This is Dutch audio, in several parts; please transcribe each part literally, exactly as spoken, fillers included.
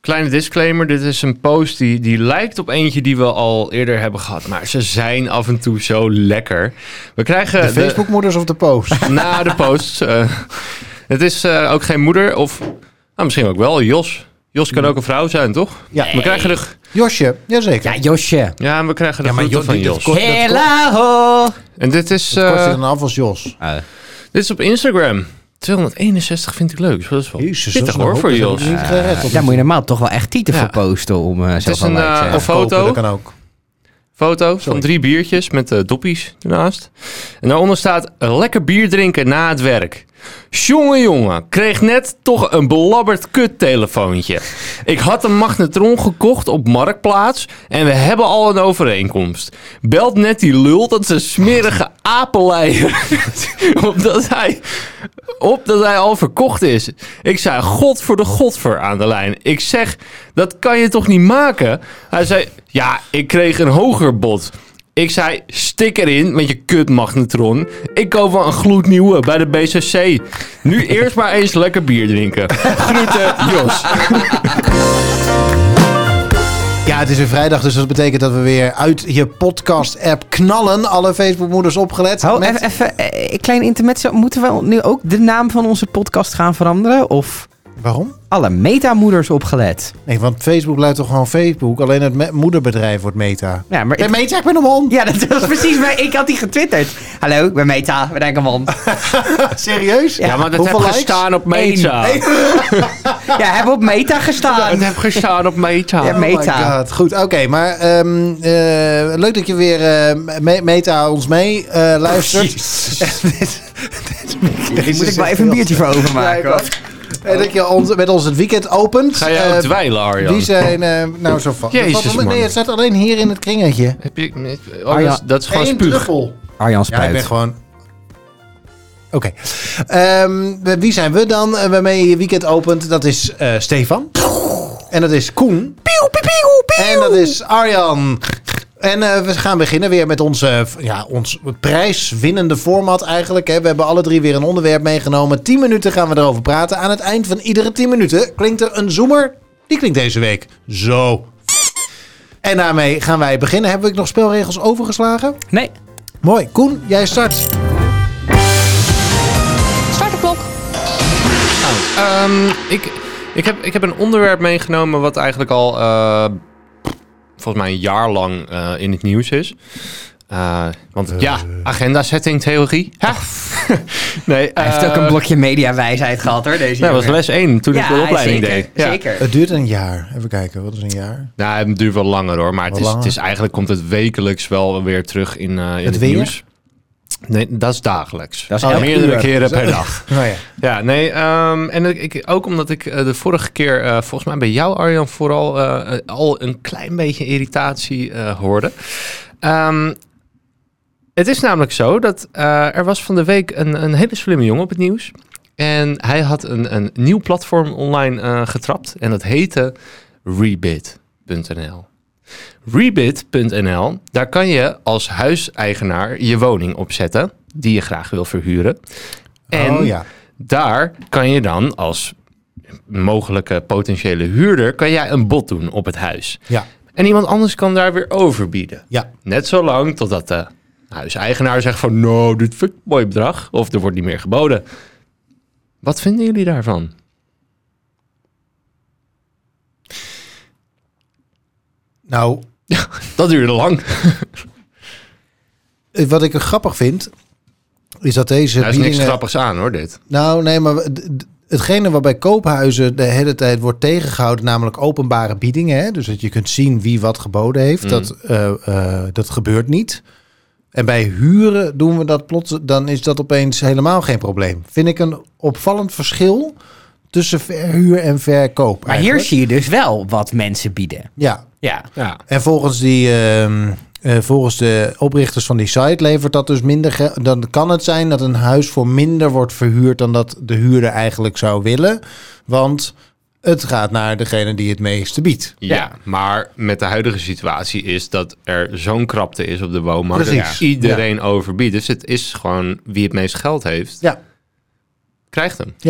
kleine disclaimer. Dit is een post die, die lijkt op eentje die we al eerder hebben gehad. Maar ze zijn af en toe zo lekker. We krijgen... De Facebookmoeders of de post? Na de post. Uh, het is uh, ook geen moeder of... Nou, misschien ook wel. Jos. Jos kan ook een vrouw zijn, toch? Ja. Nee. We krijgen de... Josje, jazeker. Ja, Josje. Ja, we krijgen de ja, maar groeten Jo- van dit- Jos. dit kost- Hello. En dit is... Dat kost je Uh, dan af als Jos. Uh, dit is op Instagram. tweehonderdeenenzestig vind ik leuk. Dat is wel Jezus, pittig dat is hoor een voor hoop. Jos. Dat heb ik niet gered op daar de- moet je normaal toch wel echt tieten Ja. voor posten om uh, zo is van een, like uh, te een zeggen. foto. Kopen, dat kan ook. Foto Sorry. van drie biertjes met uh, doppies ernaast. En daaronder staat lekker bier drinken na het werk. Jongen, jongen, kreeg net toch een belabberd kuttelefoontje. Ik had een magnetron gekocht op Marktplaats en we hebben al een overeenkomst. Belt net die lul dat ze smerige apenleier opdat hij, op dat hij al verkocht is. Ik zei, god voor de godver aan de lijn. Ik zeg, dat kan je toch niet maken? Hij zei, ja, ik kreeg een hoger bod. Ik zei, stik erin met je kutmagnetron. Ik koop wel een gloednieuwe bij de B C C. Nu eerst maar eens lekker bier drinken. Groeten, Jos. Ja, het is weer vrijdag, dus dat betekent dat we weer uit je podcast-app knallen. Alle Facebookmoeders opgelet. Oh, met... even, even eh, een klein intermezzo. Moeten we nu ook de naam van onze podcast gaan veranderen? Of Waarom? alle metamoeders opgelet? Nee, want Facebook blijft toch gewoon Facebook. Alleen het me- moederbedrijf wordt Meta. Ja, maar Ik ben Meta, ik ben een hond. ja, dat was precies mij. Ik had die getwitterd. Hallo, ik ben Meta. We denken man. Serieus? Ja, maar dat Hoeveel heeft likes? gestaan op Meta. Eén. Ja, hebben op Meta gestaan. Het heeft gestaan op Meta. Ja, Oh Meta. my god. Goed, oké. maar ehm, eh, leuk dat je weer eh, me- Meta ons mee eh, luistert. Dit- dit- Hier moet ik wel even een biertje voor overmaken. Ja, ik ook. En dat je ons, met ons het weekend opent. Ga jij ook Eh, dwijlen, Arjan? Die zijn eh, nou zo vast. Jezus, Valt wel- man. Nee, het staat alleen hier in het kringetje. Heb je, oh, dat, is, dat is gewoon Eén spuug. druppel. Arjan Ja, Spuit. ik ben gewoon... Oké. Ehm, wie zijn we dan eh, waarmee je weekend opent? Dat is eh, Stefan. En dat is Koen. En dat is Arjan. En uh, we gaan beginnen weer met onze, ja, ons prijswinnende format eigenlijk. Hè. We hebben alle drie weer een onderwerp meegenomen. tien minuten gaan we erover praten. Aan het eind van iedere tien minuten klinkt er een zoomer. Die klinkt deze week zo. En daarmee gaan wij beginnen. Heb ik nog spelregels overgeslagen? Nee. Mooi. Koen, jij start. Start de klok. Um, ik, ik, heb, ik heb een onderwerp meegenomen wat eigenlijk al uh, volgens mij een jaar lang uh, in het nieuws is. Uh, want uh. ja, agenda-setting theorie. Ha. nee, uh, Hij heeft ook een blokje mediawijsheid gehad hoor, deze Dat was les één toen ja, ik de opleiding zeker, deed. Ja. Zeker. Het duurt een jaar. Even kijken, wat is een jaar? Nou, het duurt wel langer hoor, maar het is, langer? het is eigenlijk komt het wekelijks wel weer terug in, uh, in het, het weer? nieuws. Nee, dat is dagelijks. Dat is oh, elk meerdere uur. keren per dag. Oh ja. Ja, nee, um, en ik, ook omdat ik uh, de vorige keer, uh, volgens mij bij jou Arjan, vooral uh, al een klein beetje irritatie uh, hoorde. Um, het is namelijk zo dat uh, er was van de week een, een hele slimme jongen op het nieuws. En hij had een, een nieuw platform online uh, getrapt en dat heette Rebid punt n l. Rebid punt n l, daar kan je als huiseigenaar je woning opzetten die je graag wil verhuren. En Oh ja. daar kan je dan als mogelijke potentiële huurder kan jij een bod doen op het huis. Ja. En iemand anders kan daar weer overbieden. Ja. Net zo lang totdat de huiseigenaar zegt van nou, dit vind ik een mooi bedrag. Of er wordt niet meer geboden. Wat vinden jullie daarvan? Nou, Dat duurde lang. wat ik er grappig vind, is dat deze Daar is niks biedingen... grappigs aan hoor, dit. Nou, nee, maar d- d- hetgene wat bij koophuizen de hele tijd wordt tegengehouden, namelijk openbare biedingen, hè? Dus dat je kunt zien wie wat geboden heeft, Mm. dat, uh, uh, dat gebeurt niet. En bij huren doen we dat plots, dan is dat opeens helemaal geen probleem. Vind ik een opvallend verschil tussen verhuur en verkoop. Maar hier eigenlijk. zie je dus wel wat mensen bieden. Ja, Ja. Ja. en volgens die... Uh, uh, volgens de oprichters van die site levert dat dus minder geld. Dan kan het zijn dat een huis voor minder wordt verhuurd dan dat de huurder eigenlijk zou willen. Want het gaat naar degene die het meeste biedt. Ja, Ja. maar met de huidige situatie is dat er zo'n krapte is op de woonmarkt. Precies. Dat iedereen overbiedt. Dus het is gewoon wie het meest geld heeft, Ja, krijgt hem. ja.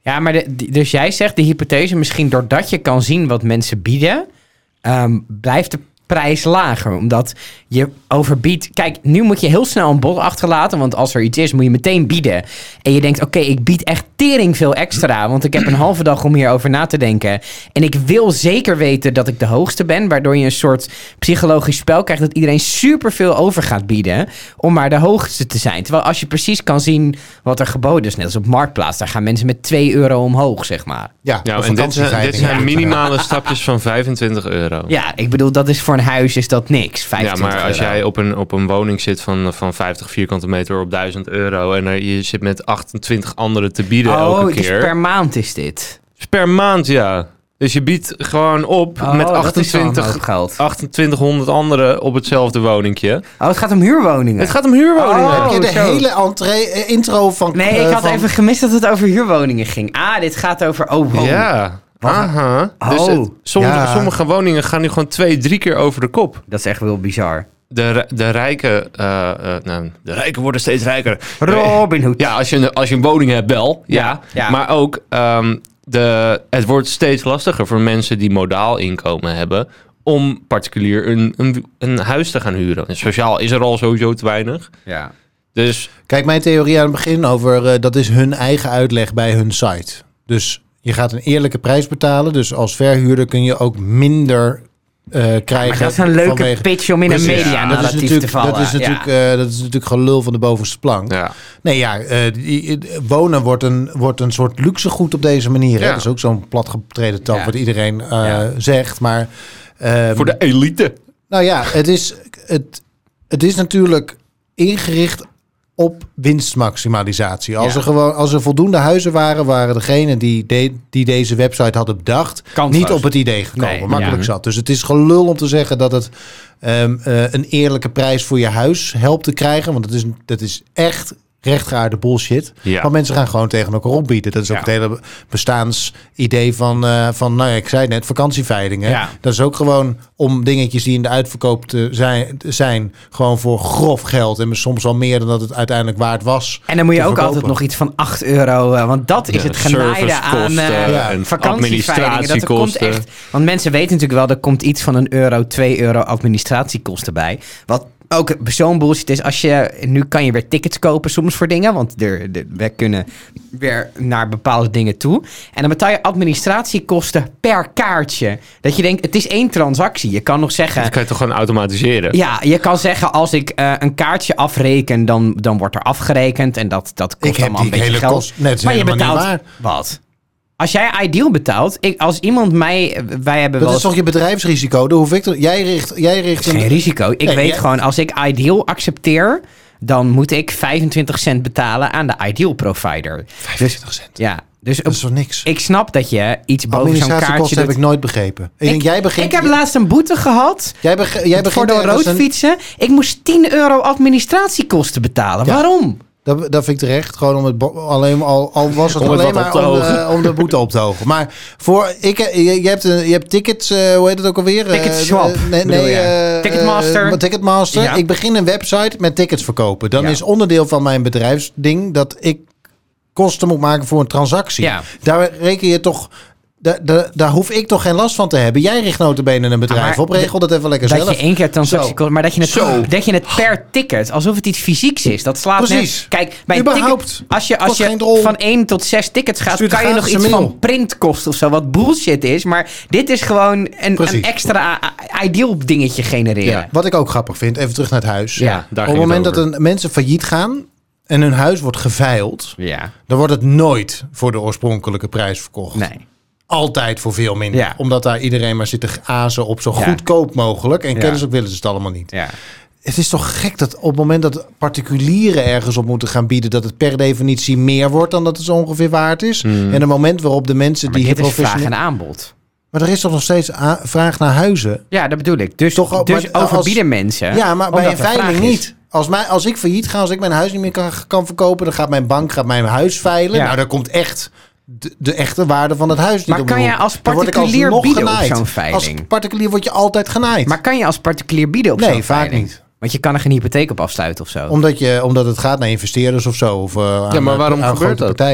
Ja, maar de, die- dus jij zegt de hypothese misschien doordat je kan zien wat mensen bieden, um, blijft de prijs lager. Omdat je overbiedt. Kijk, nu moet je heel snel een bod achterlaten, want als er iets is, moet je meteen bieden. En je denkt, oké, okay, ik bied echt tering veel extra, want ik heb een halve dag om hierover na te denken. En ik wil zeker weten dat ik de hoogste ben, waardoor je een soort psychologisch spel krijgt dat iedereen superveel over gaat bieden om maar de hoogste te zijn. Terwijl als je precies kan zien wat er geboden is, net als op Marktplaats, daar gaan mensen met twee euro omhoog, zeg maar. Ja, Ja, of en dit zijn, vakantieveiling. dit zijn Ja. minimale stapjes van vijfentwintig euro. Ja, ik bedoel, dat is voor een huis is dat niks. Ja, vijfentwintig maar als euro. jij op een, op een woning zit van, van vijftig vierkante meter op duizend euro... en er, je zit met achtentwintig anderen te bieden Oh, elke dus keer... per maand is dit. Dus per maand, ja. Dus je biedt gewoon op Oh, met dat is wel een achtentwintig, hoop geld. achtentwintighonderd anderen op hetzelfde woningje. Oh, het gaat om huurwoningen. Het gaat om huurwoningen. Oh, Heb je de zo. hele entree, eh, intro van... Nee, eh, ik had van- even gemist dat het over huurwoningen ging. Ah, dit gaat over... Oh, wow. Ja, aha. Dus Oh. het- sommige, Ja. sommige woningen gaan nu gewoon twee, drie keer over de kop. Dat is echt wel bizar. De, ri- de rijken, eh, eh, nou, de rijken worden steeds rijker. Robin Hood. Ja, als je, een- als je een woning hebt, wel. Ja. Ja, ja. Maar ook, ehm, de, het wordt steeds lastiger voor mensen die modaal inkomen hebben om particulier een, een, een huis te gaan huren. En sociaal is er al sowieso te weinig. Ja. Dus Kijk, mijn theorie aan het begin over... eh, dat is hun eigen uitleg bij hun site. Dus je gaat een eerlijke prijs betalen. Dus als verhuurder kun je ook minder eh, krijgen. Maar dat is een leuke vanwege- pitch om in een Precies. media Ja, dat is narratief natuurlijk, te vallen. Dat is natuurlijk, Ja. eh, dat is natuurlijk gelul van de bovenste plank. ja. Nee, ja, eh, die, eh, wonen wordt een, wordt een soort luxegoed op deze manier. Hè? Ja. Dat is ook zo'n platgetreden tak Ja. wat iedereen eh, Ja. zegt. Maar ehm, Voor de elite. nou ja, het is, het, het is natuurlijk ingericht op winstmaximalisatie. Als, Ja. er gewoon, als er voldoende huizen waren, waren degenen die, de, die deze website hadden bedacht, Kansloos. niet op het idee gekomen. Nee, Makkelijk ja. zat. Dus het is gelul om te zeggen dat het ehm, eh, een eerlijke prijs voor je huis helpt te krijgen. Want het is, dat is echt rechtgeaarde bullshit. Ja. Maar mensen gaan gewoon tegen elkaar opbieden. Dat is ook Ja. het hele bestaansidee van, eh, van, nou ja, ik zei het net, vakantieveilingen. Ja. Dat is ook gewoon om dingetjes die in de uitverkoop te zijn, te zijn gewoon voor grof geld en soms wel meer dan dat het uiteindelijk waard was. En dan moet je te ook verkopen. altijd nog iets van acht euro... eh, want dat is Ja, het genaaide aan servicekosten eh Ja. en vakantieveilingen. Dat er komt administratiekosten. echt... Want mensen weten natuurlijk wel, er komt iets van een euro, twee euro administratiekosten bij. Wat ook zo'n bullshit is. Als je, nu kan je weer tickets kopen soms voor dingen. Want er, er, we kunnen weer naar bepaalde dingen toe. En dan betaal je administratiekosten per kaartje. Dat je denkt, het is één transactie. Je kan nog zeggen... Dat kan je toch gewoon automatiseren? Ja, je kan zeggen als ik eh, een kaartje afreken, dan, dan wordt er afgerekend. En dat, dat kost Ik heb allemaal die een beetje hele geld. kost- nee, het is maar je helemaal niet betaalt... waar. Wat? Als jij Ideal betaalt, ik, als iemand mij... Wij hebben Dat wel is toch je bedrijfsrisico? Dan hoef ik toch, jij richt, jij richt geen een, risico. Ik Nee, weet jij- gewoon, als ik Ideal accepteer, dan moet ik vijfentwintig cent betalen aan de Ideal provider. vijfentwintig cent. Ja, dus Dat is toch niks? ik snap dat je iets boven zo'n kaartje Administratiekosten heb doet. ik nooit begrepen. Ik, denk, jij begint, ik heb laatst een boete gehad jij beg, jij begint voor door ergens rood een- fietsen. Ik moest tien euro administratiekosten betalen. Ja. Waarom? Dat, dat vind ik terecht. Gewoon om het bo- alleen al, al was het Om het alleen wat maar op te om de, hogen. om de boete op te hogen. Maar voor ik, je, je hebt een, je hebt tickets, eh, hoe heet het ook alweer? Eh, Ticketswap, eh, nee, bedoel nee, je? eh, Ticketmaster. eh, Ticketmaster. Ja. Ik begin een website met tickets verkopen. Dan Ja. is onderdeel van mijn bedrijfsding dat ik kosten moet maken voor een transactie. Ja. Daar reken je toch. Daar, daar, daar hoef ik toch geen last van te hebben. Jij richt notabene een bedrijf Maar op. Regel dat even lekker Dat zelf. je één keer transactie Zo. kost, maar dat je, het, Zo. dat je het per ticket, alsof het iets fysieks is. Dat slaat Precies. net. Kijk, bij een Überhaupt. ticket, als je, als Kost geen je drol. van één tot zes tickets gaat, Stuurt kan je nog gratis iets een mail. van printkosten of zo, wat bullshit is. Maar dit is gewoon een, Precies. een extra a- ideal dingetje genereren. Ja. Wat ik ook grappig vind, even terug naar het huis. Ja, daar Op ging het moment het dat over. een, mensen failliet gaan en hun huis wordt geveild, Ja. dan wordt het nooit voor de oorspronkelijke prijs verkocht. Nee. Altijd voor veel minder. Ja. Omdat daar iedereen maar zit te azen op zo Ja. goedkoop mogelijk. En Ja. kennelijk willen ze het allemaal niet. Ja. Het is toch gek dat op het moment dat particulieren ergens op moeten gaan bieden, dat het per definitie meer wordt dan dat het zo ongeveer waard is. En het moment waarop de mensen Maar die dit is professioneel- vraag en aanbod. Maar er is toch nog steeds a- vraag naar huizen? Ja, dat bedoel ik. Dus, Toch ook, dus maar overbieden als- mensen. Ja, maar bij omdat een er vraag veiling is. niet. Als, mij, als ik failliet ga, als ik mijn huis niet meer kan, kan verkopen, dan gaat mijn bank gaat mijn huis veilen. Ja. Nou, dan komt echt de, de echte waarde van het huis niet Maar op de kan je hoek. als Dan word ik particulier alsnog bieden op genaaid. zo'n veiling? Als particulier word je altijd genaaid. Maar kan je als particulier bieden op Nee, zo'n vaak veiling? niet. Want je kan er geen hypotheek op afsluiten of zo. Omdat, je, omdat het gaat naar investeerders of zo. Of, uh, aan, maar waarom aan gebeurt grote dat? partijen.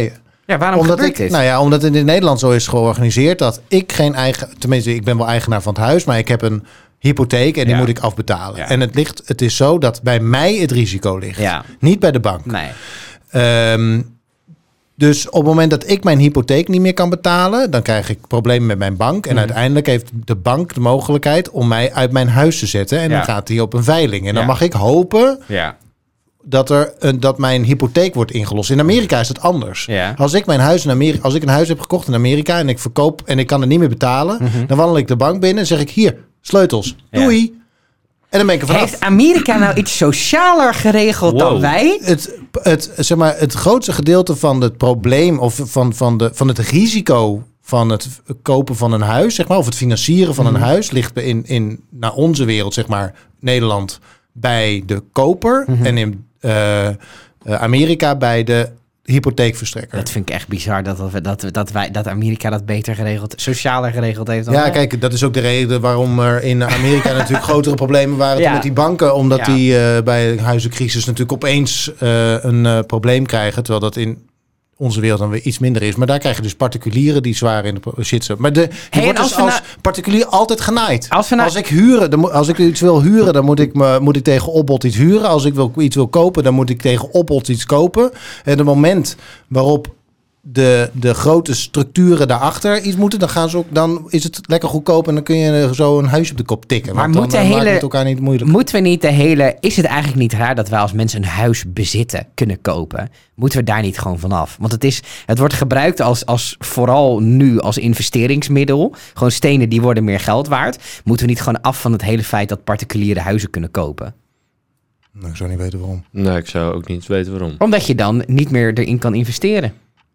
Ja, waarom Omdat gebeurt ik, dit? nou ja, omdat het in Nederland zo is georganiseerd dat ik geen eigen... Tenminste, ik ben wel eigenaar van het huis, maar ik heb een hypotheek en die Ja. moet ik afbetalen. Ja. En het, ligt, het is zo dat bij mij het risico ligt. Ja. Niet bij de bank. Nee. Ehm, dus op het moment dat ik mijn hypotheek niet meer kan betalen, dan krijg ik problemen met mijn bank. En Mhm. uiteindelijk heeft de bank de mogelijkheid om mij uit mijn huis te zetten. En Ja. dan gaat hij op een veiling. En dan Ja. mag ik hopen Ja. dat, er een, dat mijn hypotheek wordt ingelost. In Amerika is het anders. Ja. Als ik mijn huis in Amerika, als ik een huis heb gekocht in Amerika en ik verkoop en ik kan het niet meer betalen, Mhm. dan wandel ik de bank binnen en zeg ik hier, sleutels. Ja. Doei. En dan ben ik er vanaf. Heeft Amerika nou iets socialer geregeld dan Wow. wij? Het, het, zeg maar, het grootste gedeelte van het probleem of van, van, de, van het risico van het kopen van een huis, zeg maar, of het financieren van Mhm. een huis, ligt in, in naar onze wereld, zeg maar, Nederland, bij de koper Mhm. en in uh, uh, Amerika bij de hypotheekverstrekker. Dat vind ik echt bizar dat, dat, dat, dat, wij, dat Amerika dat beter geregeld, socialer geregeld heeft dan Ja, wij. kijk, dat is ook de reden waarom er in Amerika natuurlijk grotere problemen waren Ja. met die banken. Omdat Ja. die uh, bij de huizencrisis natuurlijk opeens uh, een uh, probleem krijgen. Terwijl dat in onze wereld dan weer iets minder is. Maar daar krijg je dus particulieren die zwaar in de pro- shit zitten. Maar de, je Hey, wordt en dus als we als nou- particulier altijd genaaid. Als we nou- Als ik huren, dan moet, als ik iets wil huren, dan moet ik, me, moet ik tegen opbod iets huren. Als ik wil, iets wil kopen, dan moet ik tegen opbod iets kopen. En het moment waarop de, de grote structuren daarachter iets moeten, dan gaan ze ook, dan is het lekker goedkoop en dan kun je zo een huis op de kop tikken. Maar Want moet dan de uh, maakt hele- het elkaar niet moeilijk. Moeten we niet de hele... Is het eigenlijk niet raar dat wij als mensen een huis bezitten, kunnen kopen? Moeten we daar niet gewoon vanaf? Want het, is, het wordt gebruikt als, als vooral nu als investeringsmiddel. Gewoon stenen die worden meer geld waard. Moeten we niet gewoon af van het hele feit dat particulieren huizen kunnen kopen? Nou, ik zou niet weten waarom. Nee, ik zou ook niet weten waarom. Omdat je dan niet meer erin kan investeren.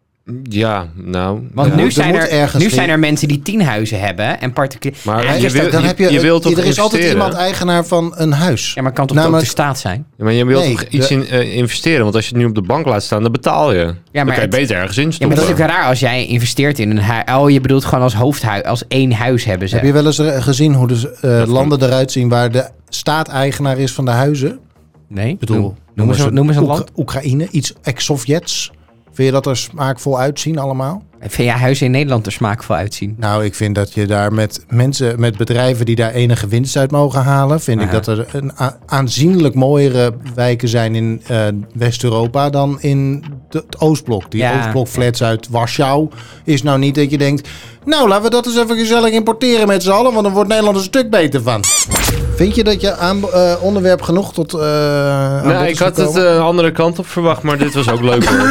Ja, nou... Want ja. nu, er zijn moet er, ergens nu geen- zijn er mensen die tien huizen hebben en particulier. Maar Ja, je, je- wil, dan je, heb je, je wilt toch er is altijd investeren? iemand eigenaar van een huis. Ja, maar kan toch Namelijk- ook de staat zijn? Ja, maar je wilt Nee, toch iets de- in, eh, investeren? Want als je het nu op de bank laat staan, dan betaal je. dan maar kan je het- beter ergens Ja, instoppen. maar dat is natuurlijk raar als jij investeert in een huis. Oh, je bedoelt gewoon als hoofdhuis, als één huis hebben ze. Heb je wel eens eh, gezien hoe de uh, landen eruit zien waar de staat eigenaar is van de huizen? Nee? Ik bedoel, noem, noem, eens, een- noem eens een Oekra- land. Oekraïne, iets ex-Sovjets. Vind je dat er smaakvol uitzien allemaal? Vind jij huizen in Nederland er smaakvol uitzien? Nou, ik vind dat je daar met mensen, met bedrijven die daar enige winst uit mogen halen, vind Aha. ik dat er een a- aanzienlijk mooiere wijken zijn in uh, West-Europa dan in de, het Oostblok. Die Ja. Oostblokflats uit Warschau is nou niet dat je denkt, nou, laten we dat eens even gezellig importeren met z'n allen, want dan wordt Nederland een stuk beter van. Vind je dat je aan, uh, onderwerp genoeg tot uh, aan bod Nee, is ik had het gekomen? een andere kant op verwacht, maar dit was ook leuk hoor.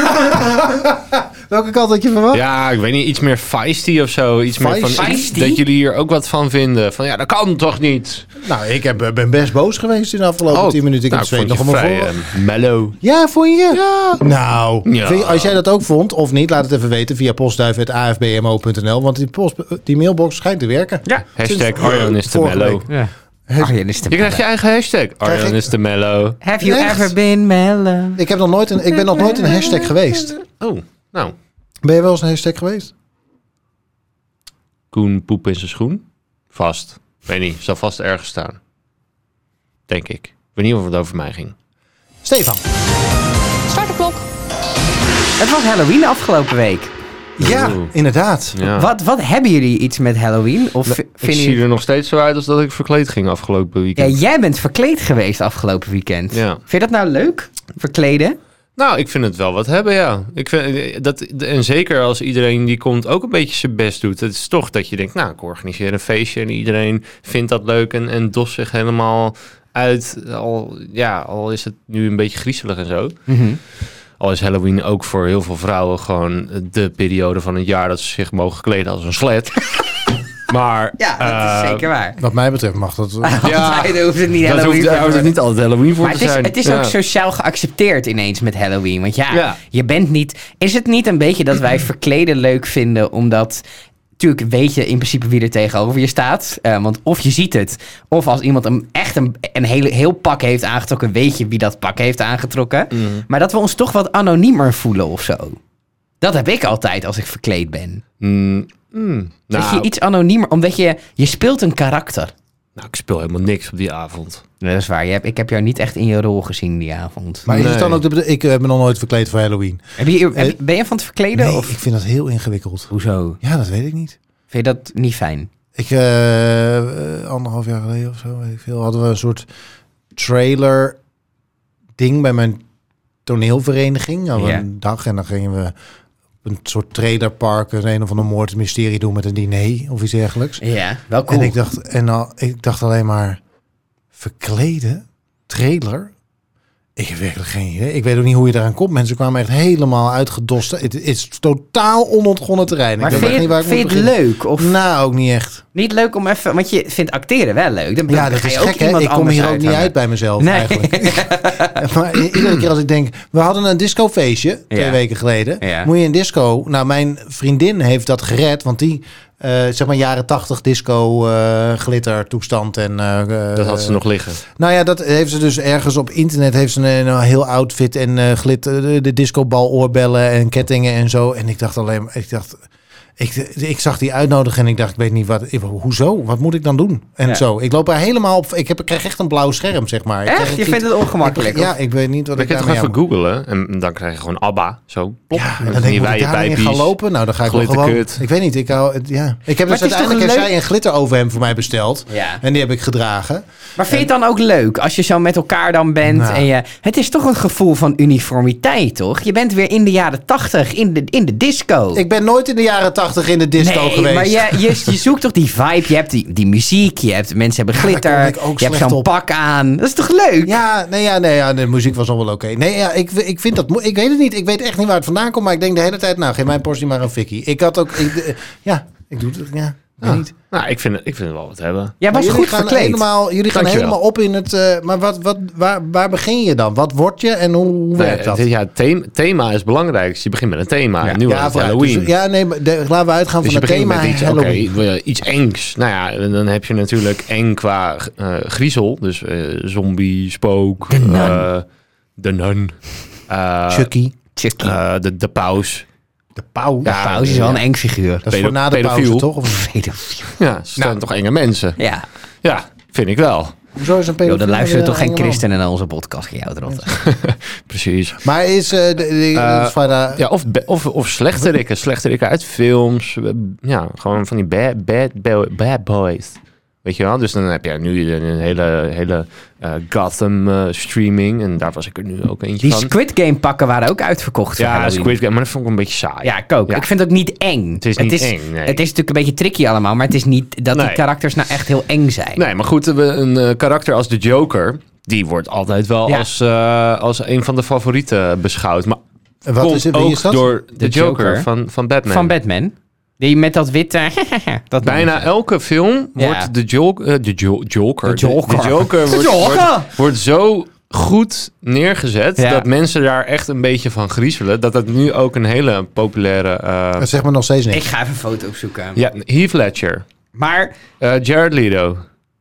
Welke kant had je verwacht? Ja, ik weet niet, iets meer feisty of zo. Iets meer van, Feisty? dat jullie hier ook wat van vinden. Van ja, dat kan toch niet? Nou, ik heb, ben best boos geweest in de afgelopen tien minuten. Ik nou, heb zweet nog vond om je mijn vrij, voor. eh, mellow. Ja, vond je? Ja. Nou, Ja. vind je- als jij dat ook vond of niet, laat het even weten via postduif apenstaartje a f b m o punt n l. Want die, post, die mailbox schijnt te werken. Ja, hashtag Sinds- Arjan is te vorige mellow. week. Ja. Arjen is te Je krijgt je eigen hashtag. Arjan ik- is te mellow. Have you Echt? ever been mellow? Ik, heb nog nooit een, ik ben nog nooit een hashtag geweest. Oh, nou. Ben je wel eens een hashtag geweest? Koen poep in zijn schoen? Vast. Weet niet, zal vast ergens staan. Denk ik. Ik weet niet of het over mij ging. Stefan. Start de klok. Het was Halloween afgelopen week. Ja, Oeh. inderdaad. Ja. Wat, wat hebben jullie iets met Halloween? Of v- Ik vinden zie jullie... er nog steeds zo uit als dat ik verkleed ging afgelopen Ja, weekend. jij bent verkleed geweest afgelopen weekend. Ja. Vind je dat nou leuk? Verkleden? Nou, ik vind het wel wat hebben, ja. Ik vind, dat, en zeker als iedereen die komt ook een beetje zijn best doet. Het is toch dat je denkt, nou, ik organiseer een feestje en iedereen vindt dat leuk en, en dost zich helemaal uit. Al, ja, al is het nu een beetje griezelig en zo. Al is Halloween ook voor heel veel vrouwen gewoon de periode van het jaar dat ze zich mogen kleden als een slet. Maar Ja, dat eh, is zeker waar. Wat mij betreft mag dat. Ja, Altijd hoeft het niet dat Halloween hoeft, voor daar hoeft het te niet altijd Halloween voor Maar te het is, zijn. het is Ja. ook sociaal geaccepteerd ineens met Halloween. Want ja, Ja. je bent niet... Is het niet een beetje dat wij verkleden leuk vinden omdat... Natuurlijk weet je in principe wie er tegenover je staat. Uh, want of je ziet het, of als iemand een, echt een, een hele, heel pak heeft aangetrokken... weet je wie dat pak heeft aangetrokken. Mm. Maar dat we ons toch wat anoniemer voelen of zo. Dat heb ik altijd als ik verkleed ben. Mm, mm, Dat nou, je iets anoniemer... Omdat je, je speelt een karakter. Nou, ik speel helemaal niks op die avond. Nee, dat is waar. Je hebt, ik heb jou niet echt in je rol gezien die avond. Maar is Nee. het dan ook de bedo- Ik heb me nog nooit verkleed voor Halloween. Heb je, heb je- ben je van het verkleden? Nee, Of? ik vind dat heel ingewikkeld. Hoezo? Ja, dat weet ik niet. Vind je dat niet fijn? Ik, eh, eh, anderhalf jaar geleden of zo, weet ik veel, hadden we een soort trailer ding bij mijn toneelvereniging. Hadden we Ja. een dag en dan gingen we op een soort trailerpark een, een of ander moordmysterie doen met een diner of iets dergelijks. Ja, wel cool. En ik dacht, en dan, ik dacht alleen maar, verkleden? Trailer? Ik heb werkelijk geen idee. Ik weet ook niet hoe je daaraan komt. Mensen kwamen echt helemaal uitgedost. Het is totaal onontgonnen terrein. maar ik weet vind echt je, niet waar ik vind je moet het beginnen. leuk? Of Nou, ook niet echt. niet leuk om even... Want je vindt acteren wel leuk. Dan, Ja, dan dat ga is je ook gek, hè? iemand Ik kom anders hier ook niet uithangen. uit bij mezelf, Nee. eigenlijk. Maar i- iedere keer als ik denk... We hadden een discofeestje, twee Ja. weken geleden. Ja. Moet je een disco... Nou, mijn vriendin heeft dat gered, want die... eh, zeg maar jaren tachtig disco uh, glitter toestand en uh, Dat had ze nog liggen. nou ja, dat heeft ze dus ergens op internet heeft ze een, een heel outfit en uh, glitter de, de discobal oorbellen en kettingen en zo. En ik dacht alleen, ik dacht, ik, ik zag die uitnodiging en ik dacht, ik weet niet wat, ik, hoezo, wat moet ik dan doen? En Ja. zo, ik loop er helemaal op. Ik heb, ik krijg echt een blauw scherm, zeg maar. Ik Echt? krijg- Je ik- vindt het ongemakkelijk? ik- Ja, ik weet niet wat Dan ik kun je toch daarmee even aan moet. googlen en dan krijg je gewoon ABBA. Zo, plop. Ja, en Met dan van denk ik, die moet ik wijde daarin gaan bijpies. lopen? Nou, dan ga ik wel gewoon... Glitterkut. Ik weet niet, ik hou... het- Ja. Ik heb Maar dus het is toch uiteindelijk leuk- heeft zij een glitteroverhemd voor mij besteld. Ja. En die heb ik gedragen. Maar vind je het dan ook leuk als je zo met elkaar dan bent? Nou. En je, het is toch een gevoel van uniformiteit, toch? Je bent weer in de jaren tachtig, in de, in de disco. Ik ben nooit in de jaren tachtig in de disco nee, geweest. maar je, je, je zoekt toch die vibe? Je hebt die, die muziek, je hebt mensen hebben daar glitter, kom ik ook je hebt slecht zo'n op. pak aan. Dat is toch leuk? Ja, nee, ja, nee, ja, de muziek was al wel oké. Nee, ja, ik, ik vind dat... mo- Ik weet het niet. Ik weet echt niet waar het vandaan komt. Maar ik denk de hele tijd... Nou, geef mijn portie maar een fikkie. Ik had ook... Ik, de- ja, ik doe het... Ja, ik weet Ah, niet. nou, ik vind, het, ik vind het wel wat hebben. Jij Maar was jullie goed gaan verkleed. Helemaal, jullie gaan Dankjewel. helemaal op in het... eh, maar wat, wat, waar, waar begin je dan? Wat word je en hoe, hoe Nee, werkt dat? het- ja, het thema, thema is belangrijk. Dus je begint met een thema. En nu was het vooruit. Halloween. Dus, ja, nee, maar de, laten we uitgaan Dus van je het begint thema met iets, oké, Halloween. wil je iets engs. Nou ja, en dan heb je natuurlijk eng qua eh, griezel. Dus eh, zombie, spook. De nun. eh, De nun. eh, Chucky. Chucky. eh, de, de paus. De pauw. Ja, Pauze is wel een ja. eng figuur. Dat is pedo- voor na de pauze, pedofiel. toch? Of, Pedofiel. Ja, ze zijn Nou. toch enge mensen. Ja. Ja, vind ik wel. hoezo is een Yo, pedofiel? dan luisteren een toch geen enge man? christenen naar onze podcast. Ga jou erop. Precies. Maar is... eh de, de, Eh, Svada- Ja, of, be- of, of slechterikken. Slechterikken uit films. Ja, gewoon van die bad, bad, bad, bad boys. Weet je wel? Dus dan heb je nu een, een hele, hele eh, Gotham eh, streaming. En daar was ik er nu ook eentje Die van. Squid Game pakken waren ook uitverkocht. voor Ja, Halloween. Squid Game. Maar dat vond ik een beetje saai. Ja, ik ook. Ja. Ik vind het ook niet eng. Het is niet eng, nee. Het is natuurlijk een beetje tricky allemaal, maar het is niet dat die Nee. karakters nou echt heel eng zijn. Nee, maar goed, we een eh, karakter als de Joker... die wordt altijd wel Ja. als, eh, als een van de favorieten beschouwd. Maar Wat komt is het? Wie ook is dat? door de, De Joker, Joker. van, van Batman. Van Batman. Die met dat witte... dat Bijna elke film Ja. wordt de, jo- eh, de jo- Joker... De Joker. De, Joker, De wordt, Joker. Wordt, wordt zo goed neergezet... Ja. dat mensen daar echt een beetje van griezelen. Dat het nu ook een hele populaire... eh, Dat zegt me nog steeds niks. Ik ga even een foto opzoeken. ja, Heath Ledger. Maar eh, Jared Leto.